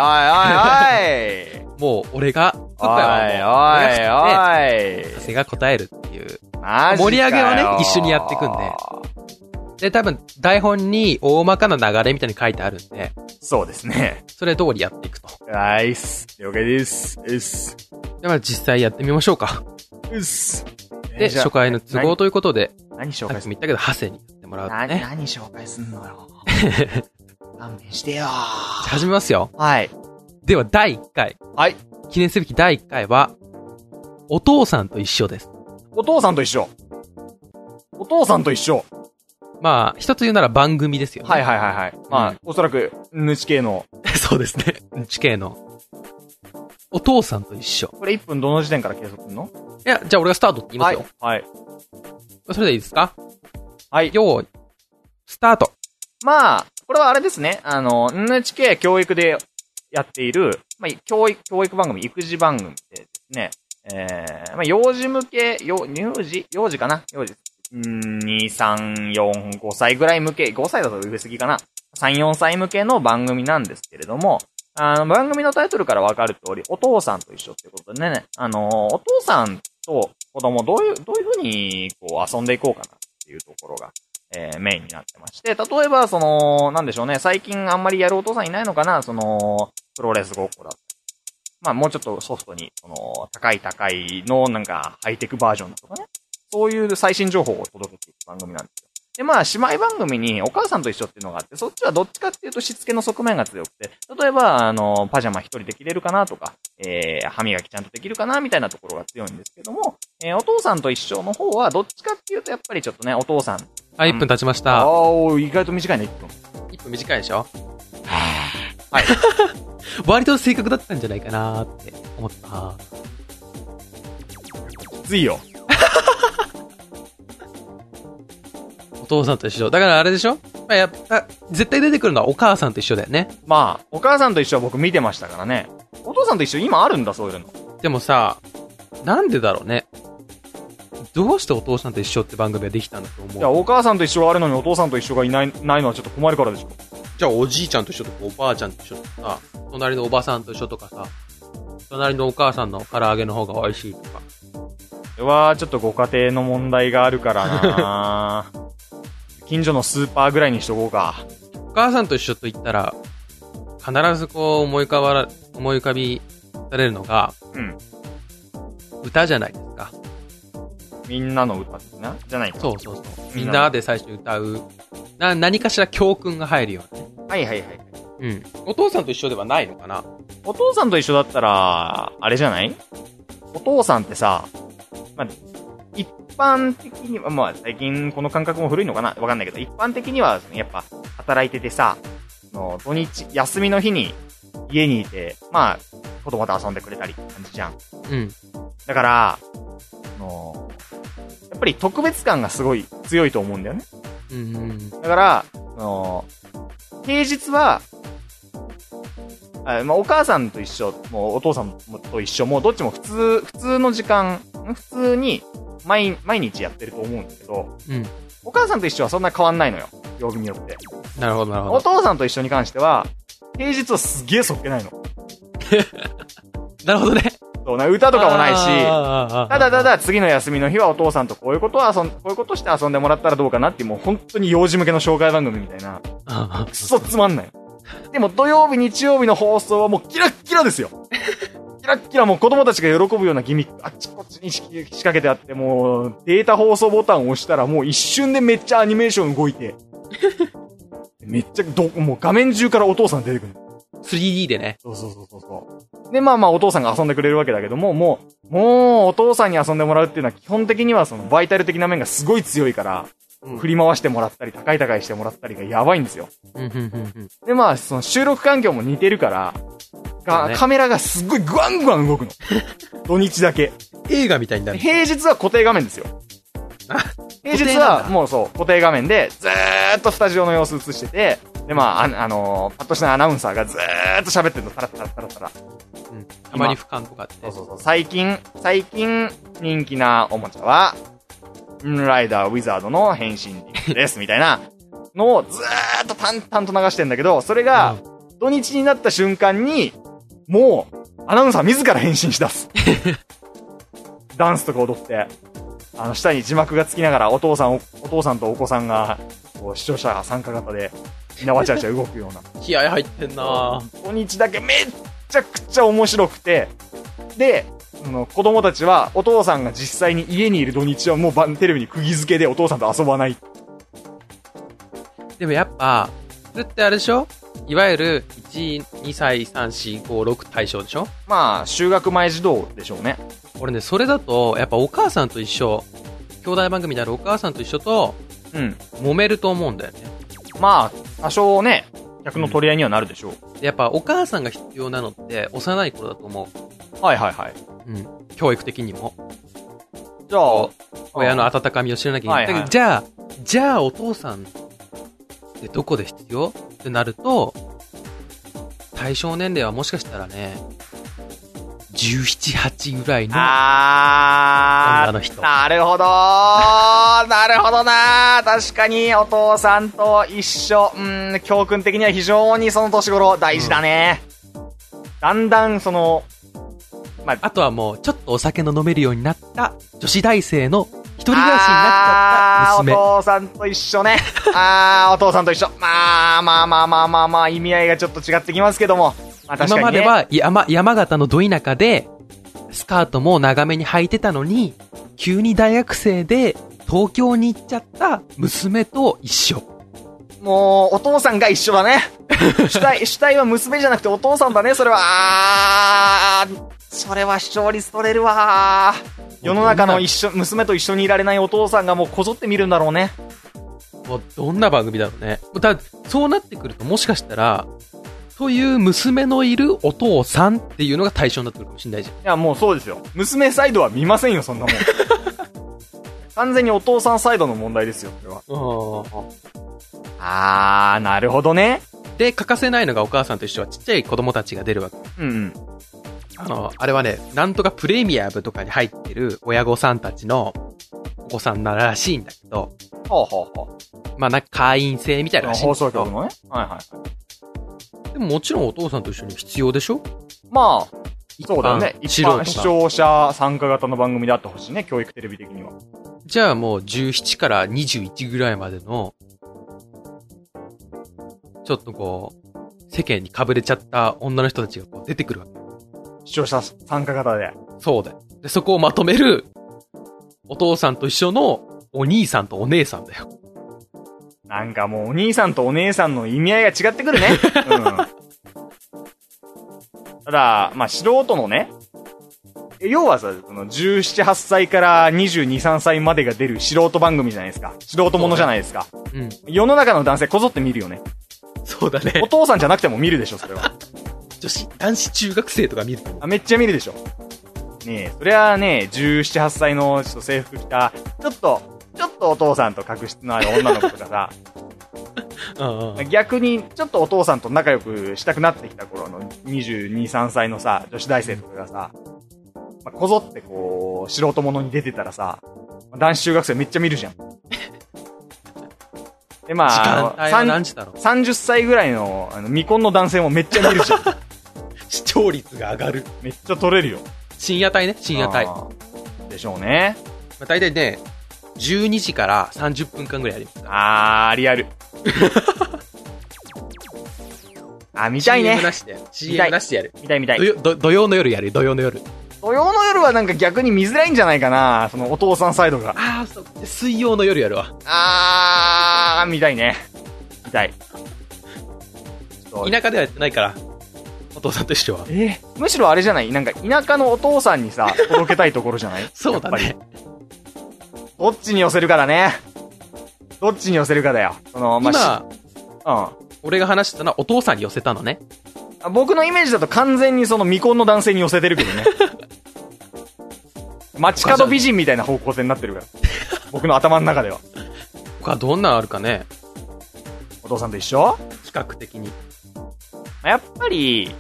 もう俺が、今回はもう、長谷が答えるっていう。盛り上げをね、一緒にやっていくんで。で、多分、台本に大まかな流れみたいに書いてあるんで。 そうですね。 それ通りやっていくと。 ナイス。了解です。 では実際やってみましょうか。で、初回の都合ということで。 何紹介する？ さっきも言ったけど、ハセにやってもらうとね。 何紹介すんのよ。勘弁してよ。 始めますよ。 はい。 では、第1回。 はい。 記念すべき第1回は、お父さんと一緒です。 お父さんと一緒。 まあ、一つ言うなら番組ですよね。 はい。まあ、おそらく、NHK の。 そうですね。NHK の。お父さんと一緒。 これ1分どの時点から計測するの？ いや、じゃあ俺がスタートって言いますよ。 はい。 それでいいですか？ はい。 用意、スタート。 まあ、これはあれですね。NHK 教育でやっている、まあ、教育番組、育児番組でですね、まあ、幼児向け、幼児かな？幼児。2、3、4、5歳ぐらい向け、5歳だと上すぎかな。3、4歳向けの番組なんですけれども、番組のタイトルからわかる通り、お父さんと一緒っていうことでね、お父さんと子供どういう風にこう遊んでいこうかなっていうところが、メインになってまして、例えばなんでしょうね、最近あんまりやるお父さんいないのかな、プロレスごっこだったり。まあもうちょっとソフトに、高いのなんかハイテクバージョンとかね。そういう最新情報を届けていく番組なんですよ。で、まあ、姉妹番組にお母さんと一緒っていうのがあって、そっちはどっちかっていうとしつけの側面が強くて、例えば、パジャマ一人で着れるかなとか、歯磨きちゃんとできるかなみたいなところが強いんですけども、お父さんと一緒の方はどっちかっていうとやっぱりちょっとね、お父さん。 1分経ちました。 意外と短いね、1分。 1分短いでしょ？ はい。 割と正確だったんじゃないかなーって思った。 きついよ。 お父さんと一緒。だからあれでしょ？まあ、やっぱ、絶対出てくるのはお母さんと一緒だよね。 まあ、お母さんと一緒は僕見てましたからね。お父さんと一緒今あるんだ、そういうの。 でもさ、なんでだろうね。どうしてお父さんと一緒って番組ができたんだと思う？ いや、お母さんと一緒があるのにお父さんと一緒がないのはちょっと困るからでしょ。 じゃあおじいちゃんと一緒とかおばあちゃんと一緒とかさ、隣のおばさんと一緒とかさ、隣のお母さんの唐揚げの方が美味しいとか。 それはちょっとご家庭の問題があるからな近所のスーパーぐらいにしとこうか。 お母さんと一緒と言ったら、必ずこう思い浮かびされるのが、歌じゃないですか。 みんなの歌ですなじゃないか。 そう。みんなで最初に歌う。何かしら教訓が入るようなね。 はい。 うん。お父さんと一緒ではないのかな？ お父さんと一緒だったら、あれじゃない？お父さんってさ、まあ、一般的には、まあ、最近この感覚も古いのかなわかんないけど、一般的には、やっぱ、働いててさ、土日、休みの日に家にいて、まあ、子供と遊んでくれたりって感じじゃん。 うん。 だから、やっぱり特別感がすごい強いと思うんだよね。だから、平日は、まあ、お母さんと一緒、もうお父さんと一緒、もうどっちも普通の時間、普通に毎日やってると思うんだけど、お母さんと一緒はそんな変わんないのよ。曜日によって。 なるほど。 お父さんと一緒に関しては、平日はすげえそっけないの。 なるほどね。 そうな、歌とかもないし、ただ次の休みの日はお父さんとこういうことして遊んでもらったらどうかなっていう、もう本当に幼児向けの紹介番組みたいな。くそつまんない。でも土曜日、日曜日の放送はもうキラッキラですよ。キラッキラ、もう子供たちが喜ぶようなギミック、あっちこっちに仕掛けてあって、もうデータ放送ボタンを押したらもう一瞬でめっちゃアニメーション動いて、 めっちゃもう画面中からお父さん出てくる。 3D でね。 そう。で、まあお父さんが遊んでくれるわけだけども、もうお父さんに遊んでもらうっていうのは基本的にはそのバイタル的な面がすごい強いから、振り回してもらったり、高いしてもらったりがやばいんですよ。で、まあその収録環境も似てるから、カメラがすっごいグワングワン動くの。土日だけ。 映画みたいになる。 平日は固定画面ですよ。平日はもう固定画面でずーっとスタジオの様子映してて、でまあパッとしたアナウンサーがずーっと喋ってるの、タラタラタラタラ。 たまに俯瞰とかって。 そう。最近人気なおもちゃは、ライダーウィザードの変身です、みたいなのをずーっと淡々と流してんだけど、それが、土日になった瞬間に、もう、アナウンサー自ら変身しだす。ダンスとか踊って、下に字幕がつきながらお父さんとお子さんが、こう視聴者参加型で、みんなわちゃわちゃ動くような。 気合入ってんな土日だけめっちゃくちゃ面白くて、で、子供たちはお父さんが実際に家にいる土日はもうテレビに釘付けでお父さんと遊ばない。 でもやっぱ、それってあれでしょ？いわゆる1、2歳、3、4、5、6対象でしょ？ まあ、就学前児童でしょうね。 俺ね、それだと、やっぱお母さんと一緒、兄弟番組であるお母さんと一緒と、揉めると思うんだよね。 まあ、多少ね、客の取り合いにはなるでしょう。 やっぱお母さんが必要なのって幼い頃だと思う。はい。 教育的にも。 じゃあ、 親の温かみを知らなきゃいけない。じゃあお父さんってどこで必要ってなると、対象年齢はもしかしたらね、17、8ぐらいの女の人。 なるほどな。確かにお父さんと一緒。教訓的には非常にその年頃大事だね。だんだんあとはもうちょっとお酒の飲めるようになった女子大生の一人暮らしになっちゃった娘。 お父さんと一緒ね。お父さんと一緒。まあ、意味合いがちょっと違ってきますけども。まあ確かにね、 今までは山形のど田舎で、スカートも長めに履いてたのに、急に大学生で東京に行っちゃった娘と一緒。 もう、お父さんが一緒だね。主体は娘じゃなくてお父さんだね、それは。それは視聴率取れるわ。世の中の娘と一緒にいられないお父さんがもうこぞって見るんだろうね。 もうどんな番組だろうね。そうなってくるともしかしたら、そういう娘のいるお父さんっていうのが対象になってくるかもしれないじゃん。いや、もうそうですよ。娘サイドは見ませんよ、そんなもん。完全にお父さんサイドの問題ですよ、これは。なるほどね。 で、欠かせないのがお母さんと一緒はちっちゃい子供たちが出るわけ。あれはね、なんとかプレミアムとかに入ってる親御さんたちのお子さんならしいんだけど。まあ、なんか会員制みたいならしいんだけど。 放送局のね。 でももちろんお父さんと一緒に必要でしょ？ まあ、そうだよね。一般視聴者参加型の番組であってほしいね、教育テレビ的には。 じゃあもう17から21ぐらいまでの、ちょっとこう、世間に被れちゃった女の人たちがこう出てくるわけ。 視聴者参加型で。 そうだよ。で、そこをまとめる、お父さんと一緒のお兄さんとお姉さんだよ。 なんかもうお兄さんとお姉さんの意味合いが違ってくるね。ただ、まあ素人のね、要はさ、その17、8歳から22、3歳までが出る素人番組じゃないですか。素人ものじゃないですか。世の中の男性こぞって見るよね。 そうだね。 お父さんじゃなくても見るでしょ、それは。 男子中学生とか見ると。 めっちゃ見るでしょ。ねえ、そりゃあね、17、8歳のちょっと制服着た、ちょっとお父さんと確執のある女の子とかさ、逆にちょっとお父さんと仲良くしたくなってきた頃の22、3歳のさ、女子大生とかがさ、こぞってこう、素人者に出てたらさ、男子中学生めっちゃ見るじゃん。で、まあ、30歳ぐらいの、未婚の男性もめっちゃ見るじゃん。 視聴率が上がる。 めっちゃ取れるよ。 深夜帯ね、深夜帯。 でしょうね。 まあ、大体ね、12時から30分間ぐらいやります。 リアル。見たいね。 CM なしで。CM なしでやる。 見たい。 土曜の夜やる、土曜の夜。 土曜の夜はなんか逆に見づらいんじゃないかな、そのお父さんサイドが。 そう。水曜の夜やるわ。 見たいね。見たい。 田舎ではやってないから。お父さんと一緒は。 むしろあれじゃない？なんか田舎のお父さんにさ、届けたいところじゃない？ そうだね。 どっちに寄せるかだね。どっちに寄せるかだよ。 俺が話したのはお父さんに寄せたのね。 僕のイメージだと完全にその未婚の男性に寄せてるけどね。街角美人みたいな方向性になってるから。僕の頭の中では。 他どんなんあるかね？ お父さんと一緒？ 比較的に。 やっぱり、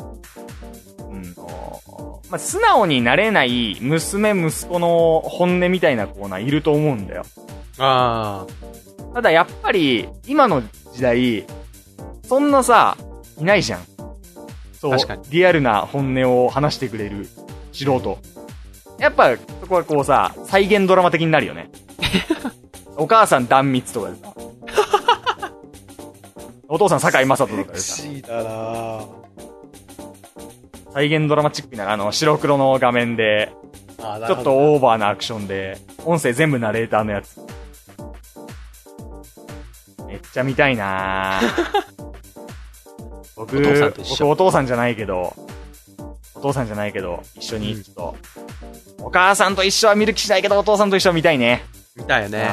素直になれない娘息子の本音みたいなコーナーいると思うんだよ。ただやっぱり、今の時代、そんなさ、いないじゃん。そう、リアルな本音を話してくれる素人。やっぱ、そこはこうさ、再現ドラマ的になるよね。お母さん断蜜とかでさ。お父さん堺雅人とかでさ。 不思議だな再現ドラマチックな、白黒の画面で、ちょっとオーバーなアクションで、音声全部ナレーターのやつ。めっちゃ見たいな僕、お父さんじゃないけど、一緒にちょっと、お母さんと一緒は見る気しないけど、お父さんと一緒は見たいね。 見たいよね。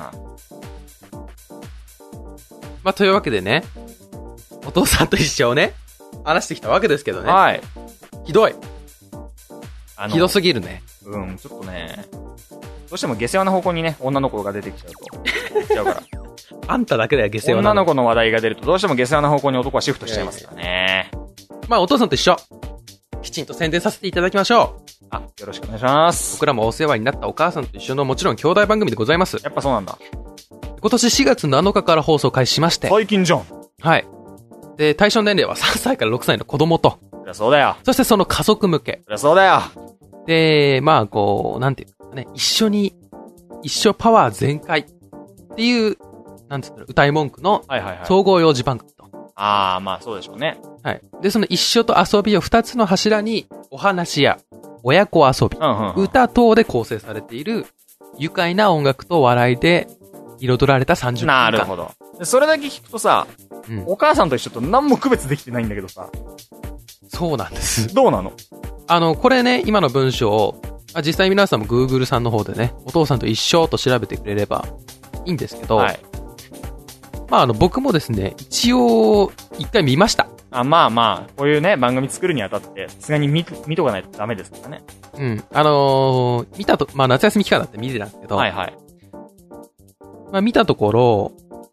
というわけでね、お父さんと一緒をね、話してきたわけですけどね。 はい。 ひどい。ひどすぎるね。 ちょっとね、どうしても下世話な方向にね、女の子が出てきちゃうと、言っちゃうから。 あんただけだよ、下世話な。女の子の話題が出ると、どうしても下世話な方向に男はシフトしちゃいますからね。 お父さんと一緒。きちんと宣伝させていただきましょう。よろしくお願いします。 僕らもお世話になったお母さんと一緒のもちろん兄弟番組でございます。 やっぱそうなんだ。 今年4月7日から放送開始しまして。 最近じゃん。 はい。で、対象年齢は3歳から6歳の子供と。 そりゃそうだよ。 そしてその家族向け。 そりゃそうだよ。 で、なんていうかね、一緒パワー全開っていう、なんていうの、歌い文句の総合幼児番組と。 そうでしょうね。 はい。で、その一緒と遊びを2つの柱に、お話や親子遊び、歌等で構成されている、愉快な音楽と笑いで彩られた30分間。 なるほど。それだけ聞くとさ、お母さんと一緒と何も区別できてないんだけどさ。 そうなんです。 どうなの？ これね、今の文章を、実際皆さんも Google さんの方でね、お父さんと一緒と調べてくれればいいんですけど、はい。僕もですね、一応、一回見ました。 こういうね、番組作るにあたって、さすがに見とかないとダメですからね。 見たと、夏休み期間だって見てたんですけど、 はいはい。 見たところ、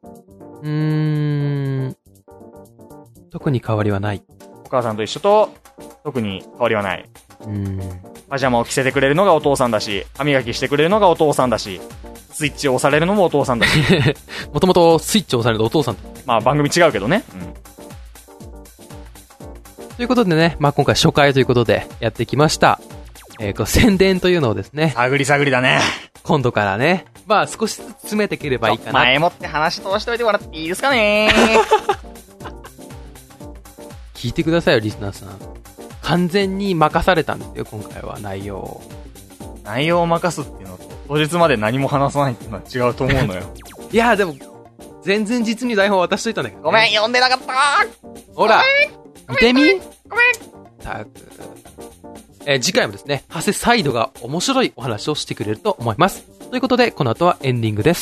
特に変わりはない。 お母さんと一緒と、特に変わりはない。パジャマを着せてくれるのがお父さんだし、歯磨きしてくれるのがお父さんだし、スイッチを押されるのもお父さんだし。 もともとスイッチを押されるのお父さん。 番組違うけどね。 ということでね、今回初回ということでやってきました。宣伝というのをですね。 探りだね。 今度からね、少しずつ詰めていければいいかな。 前もって話通しておいてもらっていいですかね聞いてくださいよ、リスナーさん。完全に任されたんですよ、今回は内容を。 内容を任すっていうのと、当日まで何も話さないっていうのは違うと思うのよ。 いや、でも、全然実に台本渡しといたんだけど、ね。 ごめん、読んでなかったほら、見てみ？ ごめん。 次回もですね、長谷サイドが面白いお話をしてくれると思います。ということで、この後はエンディングです。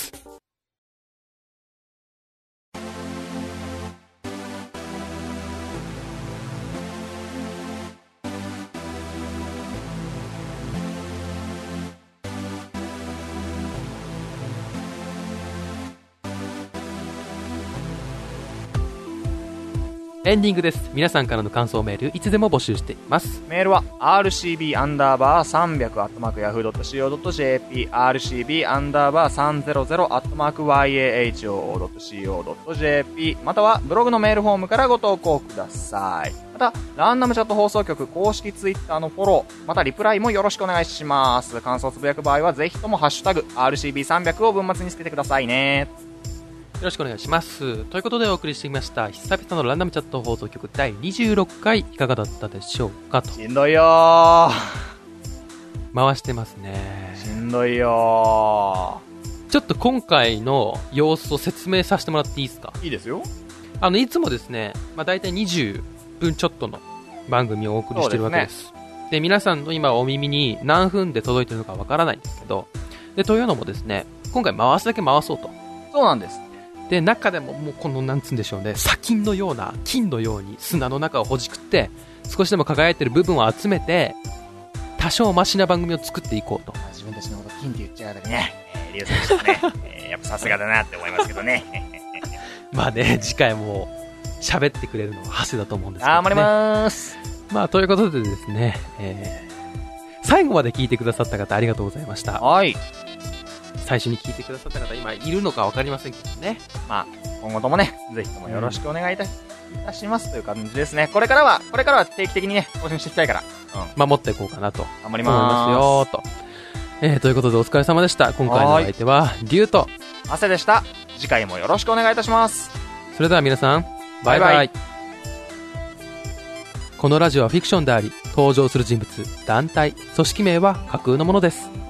エンディングです。皆さんからの感想メールいつでも募集しています。 メールは rcb_300@yahoo.co.jp rcb_300@yahoo.co.jp またはブログのメールフォームからご投稿ください。またランダムチャット放送局公式ツイッターのフォローまたリプライもよろしくお願いします。感想つぶやく場合はぜひともハッシュタグ rcb300 を文末につけてくださいね。 よろしくお願いします。ということでお送りしてきました久々のランダムチャット放送局第26回いかがだったでしょうかと。 しんどいよー。 回してますね。 しんどいよー。ちょっと今回の様子を説明させてもらっていいですか？ いいですよ。 いつもですね、だいたい20分ちょっとの番組をお送りしてるわけです。で、皆さんの今お耳に何分で届いてるのかわからないんですけど、で、というのもですね、今回回すだけ回そうと。 そうなんです。 で、中でももうこの、なんつうんでしょうね、砂金のような、金のように砂の中をほじくって、少しでも輝いてる部分を集めて、多少マシな番組を作っていこうと。 自分たちのこと金って言っちゃうだけね、リュウさんでしたね。やっぱさすがだなって思いますけどね。 次回も喋ってくれるのは長谷だと思うんですけどね。 頑張りまーす。 ということでですね、最後まで聞いてくださった方ありがとうございました。 はい。 最初に聞いてくださった方今いるのか分かりませんけどね。 今後ともね、ぜひともよろしくお願いいたしますという感じですね。これからは定期的にね、更新していきたいから。 守っていこうかなと。 頑張りますよーと。ということでお疲れ様でした。今回のお相手は、リュウと、 アセでした。次回もよろしくお願いいたします。 それでは皆さん、バイバイ。このラジオはフィクションであり、登場する人物、団体、組織名は架空のものです。